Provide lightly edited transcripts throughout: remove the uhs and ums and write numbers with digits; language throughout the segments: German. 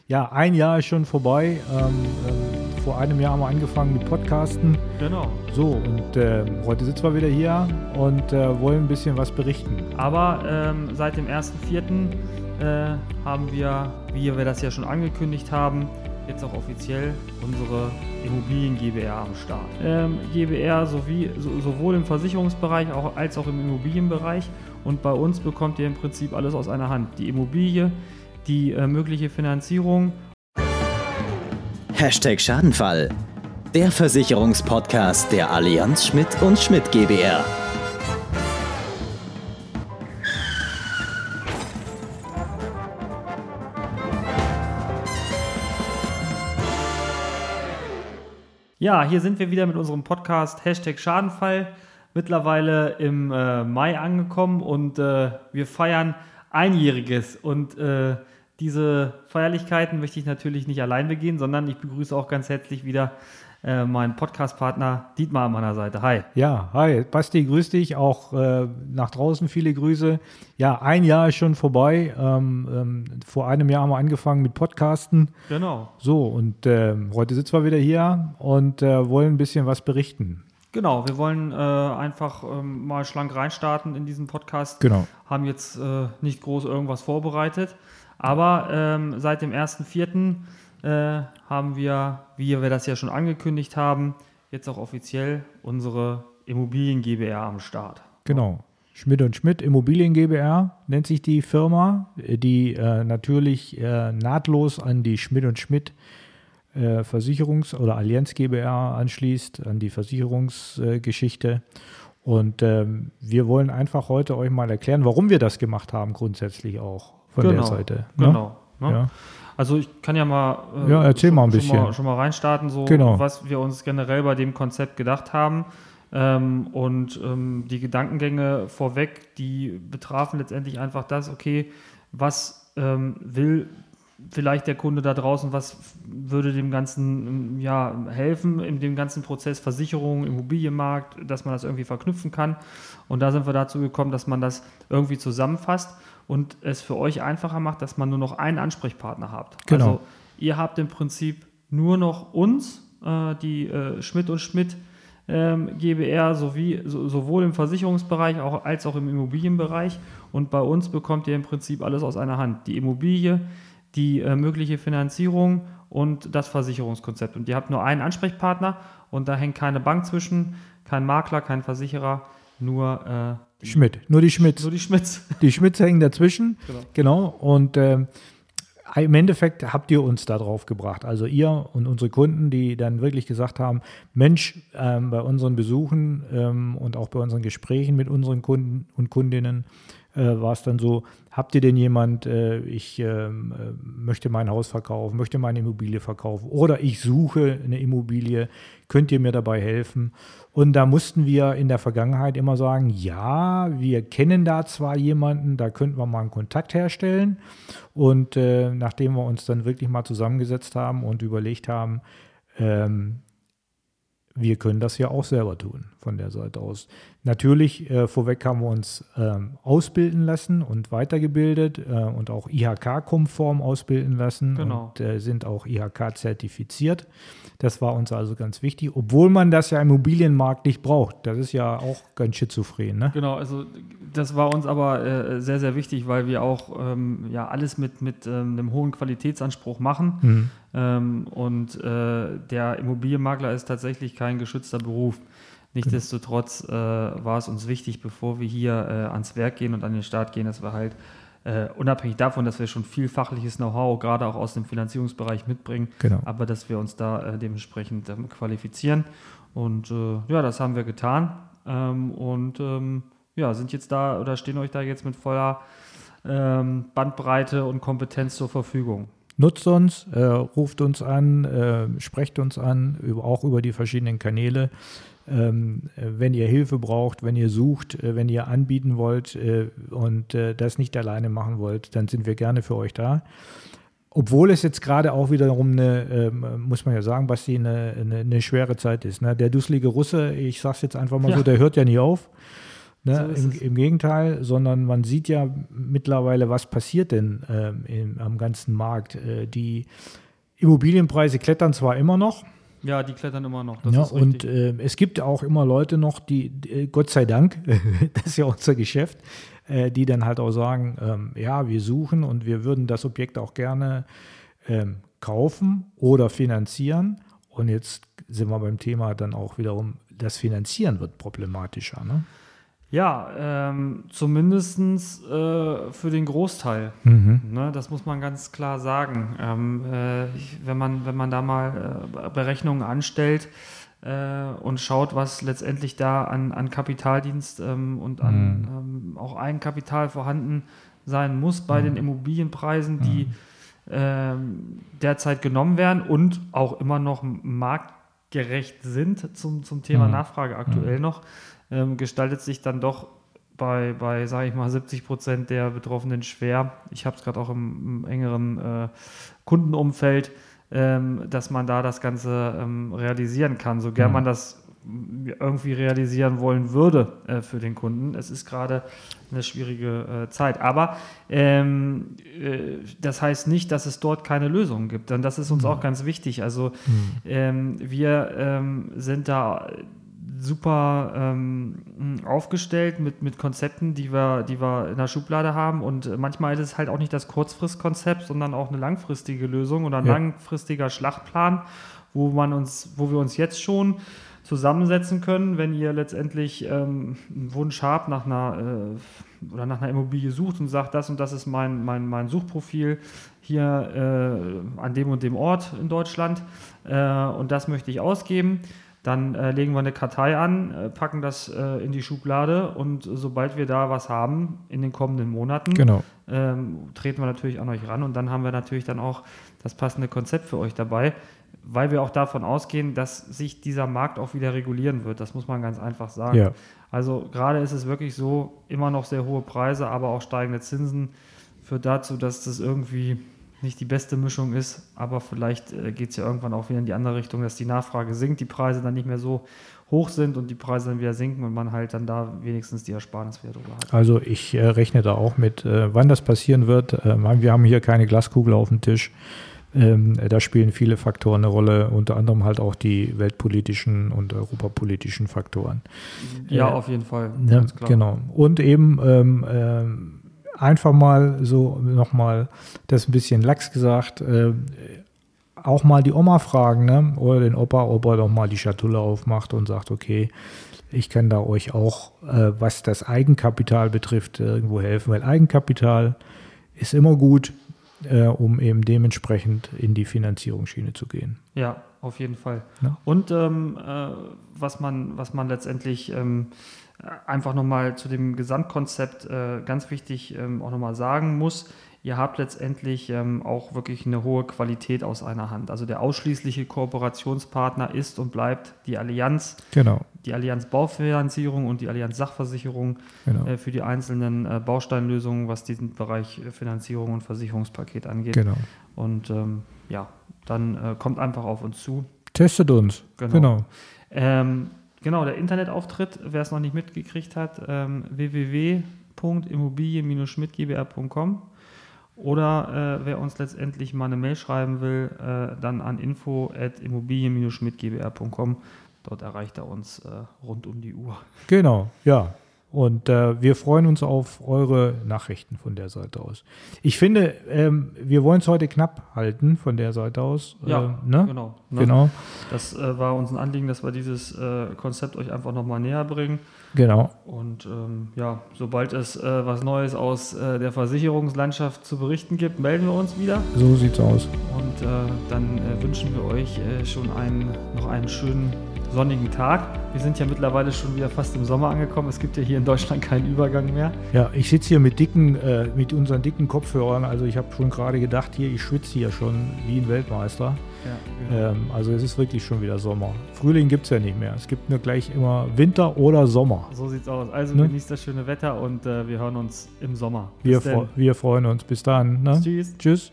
Ja, ein Jahr ist schon vorbei. Vor einem Jahr haben wir angefangen mit Podcasten. Genau. So, und heute sitzen wir wieder hier und wollen ein bisschen was berichten. Aber seit dem 1.4. haben wir, wie wir das ja schon angekündigt haben, jetzt auch offiziell unsere Immobilien GbR am Start. GbR sowohl im Versicherungsbereich als auch im Immobilienbereich. Und bei uns bekommt ihr im Prinzip alles aus einer Hand. Die Immobilie, die mögliche Finanzierung. #Schadenfall. Der Versicherungspodcast der Allianz Schmidt & Schmidt GbR. Ja, hier sind wir wieder mit unserem Podcast #Schadenfall. Mittlerweile im Mai angekommen und wir feiern Einjähriges. Und diese Feierlichkeiten möchte ich natürlich nicht allein begehen, sondern ich begrüße auch ganz herzlich wieder meinen Podcast-Partner Dietmar an meiner Seite. Hi. Ja, hi, Basti, grüß dich. Auch nach draußen viele Grüße. Ja, ein Jahr ist schon vorbei. Vor einem Jahr haben wir angefangen mit Podcasten. Genau. So, und heute sitzen wir wieder hier und wollen ein bisschen was berichten. Genau, wir wollen einfach mal schlank reinstarten in diesen Podcast. Genau. Haben jetzt nicht groß irgendwas vorbereitet, aber seit dem 1.4. haben wir, wie wir das ja schon angekündigt haben, jetzt auch offiziell unsere Immobilien GbR am Start. Genau. Schmidt & Schmidt Immobilien GbR nennt sich die Firma, die natürlich nahtlos an die Schmidt & Schmidt Versicherungs- oder Allianz GbR anschließt, an die Versicherungsgeschichte. Und wir wollen einfach heute euch mal erklären, warum wir das gemacht haben, grundsätzlich auch von der Seite. Genau. Ne? Ja. Also ich kann ja mal, erzähl mal ein bisschen. Schon mal reinstarten, so was wir uns generell bei dem Konzept gedacht haben. Die Gedankengänge vorweg, die betrafen letztendlich einfach das, okay, was will vielleicht der Kunde da draußen, was würde dem Ganzen helfen, in dem ganzen Prozess Versicherung, Immobilienmarkt, dass man das irgendwie verknüpfen kann. Und da sind wir dazu gekommen, dass man das irgendwie zusammenfasst und es für euch einfacher macht, dass man nur noch einen Ansprechpartner habt. Genau. Also ihr habt im Prinzip nur noch uns, die Schmidt & Schmidt GbR, sowohl im Versicherungsbereich als auch im Immobilienbereich. Und bei uns bekommt ihr im Prinzip alles aus einer Hand. Die Immobilie, die mögliche Finanzierung und das Versicherungskonzept. Und ihr habt nur einen Ansprechpartner und da hängt keine Bank zwischen, kein Makler, kein Versicherer, nur die Schmidt. Nur die Schmidts. Nur die Schmidts. Die Schmidts hängen dazwischen. Genau. Und im Endeffekt habt ihr uns da drauf gebracht. Also ihr und unsere Kunden, die dann wirklich gesagt haben, Mensch, bei unseren Besuchen und auch bei unseren Gesprächen mit unseren Kunden und Kundinnen war es dann so, habt ihr denn jemand, ich möchte mein Haus verkaufen, möchte meine Immobilie verkaufen oder ich suche eine Immobilie, könnt ihr mir dabei helfen? Und da mussten wir in der Vergangenheit immer sagen, ja, wir kennen da zwar jemanden, da könnten wir mal einen Kontakt herstellen. Und nachdem wir uns dann wirklich mal zusammengesetzt haben und überlegt haben, wir können das ja auch selber tun von der Seite aus. Natürlich, vorweg haben wir uns ausbilden lassen und weitergebildet und auch IHK-konform ausbilden lassen und sind auch IHK-zertifiziert. Das war uns also ganz wichtig, obwohl man das ja im Immobilienmarkt nicht braucht. Das ist ja auch ganz schizophren. Ne? Genau, also das war uns aber sehr, sehr wichtig, weil wir auch alles mit einem hohen Qualitätsanspruch machen. Der Immobilienmakler ist tatsächlich kein geschützter Beruf. Nichtsdestotrotz war es uns wichtig, bevor wir hier ans Werk gehen und an den Start gehen, dass wir halt unabhängig davon, dass wir schon viel fachliches Know-how, gerade auch aus dem Finanzierungsbereich mitbringen, aber dass wir uns da dementsprechend qualifizieren. Und das haben wir getan sind jetzt da oder stehen euch da jetzt mit voller Bandbreite und Kompetenz zur Verfügung. Nutzt uns, ruft uns an, sprecht uns an, auch über die verschiedenen Kanäle. Wenn ihr Hilfe braucht, wenn ihr sucht, wenn ihr anbieten wollt und das nicht alleine machen wollt, dann sind wir gerne für euch da. Obwohl es jetzt gerade auch wiederum muss man ja sagen, Basti, eine schwere Zeit ist. Ne? Der dusselige Russe, ich sag's jetzt einfach mal so, der hört ja nie auf. Ne? Im Gegenteil, sondern man sieht ja mittlerweile, was passiert denn am ganzen Markt. Die Immobilienpreise klettern zwar immer noch. Ja, die klettern immer noch. Das ist und es gibt auch immer Leute noch, die Gott sei Dank, das ist ja unser Geschäft, die dann halt auch sagen, ja, wir suchen und wir würden das Objekt auch gerne kaufen oder finanzieren. Und jetzt sind wir beim Thema dann auch wiederum, das Finanzieren wird problematischer, ne? Ja, zumindest für den Großteil. Ne, das muss man ganz klar sagen. Wenn man da mal Berechnungen anstellt und schaut, was letztendlich da an Kapitaldienst und an auch Eigenkapital vorhanden sein muss bei den Immobilienpreisen, die derzeit genommen werden und auch immer noch marktgerecht sind zum Thema Nachfrage aktuell noch, gestaltet sich dann doch bei sage ich mal, 70% der Betroffenen schwer. Ich habe es gerade auch im engeren Kundenumfeld, dass man da das Ganze realisieren kann, so gern man das irgendwie realisieren wollen würde für den Kunden. Es ist gerade eine schwierige Zeit. Aber das heißt nicht, dass es dort keine Lösungen gibt. Und das ist uns auch ganz wichtig. Also wir sind da super aufgestellt mit Konzepten, die wir in der Schublade haben, und manchmal ist es halt auch nicht das Kurzfristkonzept, sondern auch eine langfristige Lösung oder ein langfristiger Schlachtplan, wo wir uns jetzt schon zusammensetzen können, wenn ihr letztendlich einen Wunsch habt nach einer Immobilie sucht und sagt, das und das ist mein Suchprofil hier an dem und dem Ort in Deutschland und das möchte ich ausgeben. Dann legen wir eine Kartei an, packen das in die Schublade, und sobald wir da was haben in den kommenden Monaten, treten wir natürlich an euch ran, und dann haben wir natürlich dann auch das passende Konzept für euch dabei, weil wir auch davon ausgehen, dass sich dieser Markt auch wieder regulieren wird. Das muss man ganz einfach sagen. Ja. Also gerade ist es wirklich so, immer noch sehr hohe Preise, aber auch steigende Zinsen führt dazu, dass das irgendwie nicht die beste Mischung ist, aber vielleicht geht es ja irgendwann auch wieder in die andere Richtung, dass die Nachfrage sinkt, die Preise dann nicht mehr so hoch sind und die Preise dann wieder sinken und man halt dann da wenigstens die Ersparnis wieder drüber hat. Also ich rechne da auch mit, wann das passieren wird. Wir haben hier keine Glaskugel auf dem Tisch. Da spielen viele Faktoren eine Rolle, unter anderem halt auch die weltpolitischen und europapolitischen Faktoren. Ja, auf jeden Fall. Ganz klar. Genau. Und eben einfach mal so nochmal, das ein bisschen lax gesagt, auch mal die Oma fragen, ne? Oder den Opa, ob er doch mal die Schatulle aufmacht und sagt, okay, ich kann da euch auch, was das Eigenkapital betrifft, irgendwo helfen, weil Eigenkapital ist immer gut, um eben dementsprechend in die Finanzierungsschiene zu gehen. Ja, auf jeden Fall. Ja. Und was man letztendlich einfach nochmal zu dem Gesamtkonzept ganz wichtig auch nochmal sagen muss, ihr habt letztendlich auch wirklich eine hohe Qualität aus einer Hand. Also der ausschließliche Kooperationspartner ist und bleibt die Allianz. Genau. Die Allianz Baufinanzierung und die Allianz Sachversicherung für die einzelnen Bausteinlösungen, was diesen Bereich Finanzierung und Versicherungspaket angeht. Genau. Und dann kommt einfach auf uns zu. Testet uns. Genau. Genau, der Internetauftritt, wer es noch nicht mitgekriegt hat, www.immobilien-schmidtgbr.com, oder wer uns letztendlich mal eine Mail schreiben will, dann an info@immobilien-schmidtgbr.com. Dort erreicht er uns rund um die Uhr. Genau, ja. Und wir freuen uns auf eure Nachrichten von der Seite aus. Ich finde, wir wollen es heute knapp halten von der Seite aus. Ja, ne? Genau. Genau. Das war uns ein Anliegen, dass wir dieses Konzept euch einfach nochmal näher bringen. Genau. Und sobald es was Neues aus der Versicherungslandschaft zu berichten gibt, melden wir uns wieder. So sieht's aus. Und dann wünschen wir euch schon noch einen schönen sonnigen Tag. Wir sind ja mittlerweile schon wieder fast im Sommer angekommen. Es gibt ja hier in Deutschland keinen Übergang mehr. Ja, ich sitze hier mit unseren dicken Kopfhörern. Also ich habe schon gerade gedacht, ich schwitze hier schon wie ein Weltmeister. Ja, genau. Also es ist wirklich schon wieder Sommer. Frühling gibt es ja nicht mehr. Es gibt nur gleich immer Winter oder Sommer. So sieht's aus. Also genießt das schöne Wetter und wir hören uns im Sommer. Wir freuen uns. Bis dann. Ne? Tschüss. Tschüss.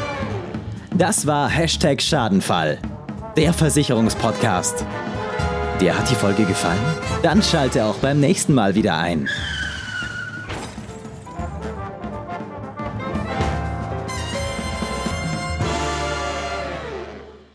Das war #Schadenfall, der Versicherungspodcast. Dir hat die Folge gefallen? Dann schalte auch beim nächsten Mal wieder ein.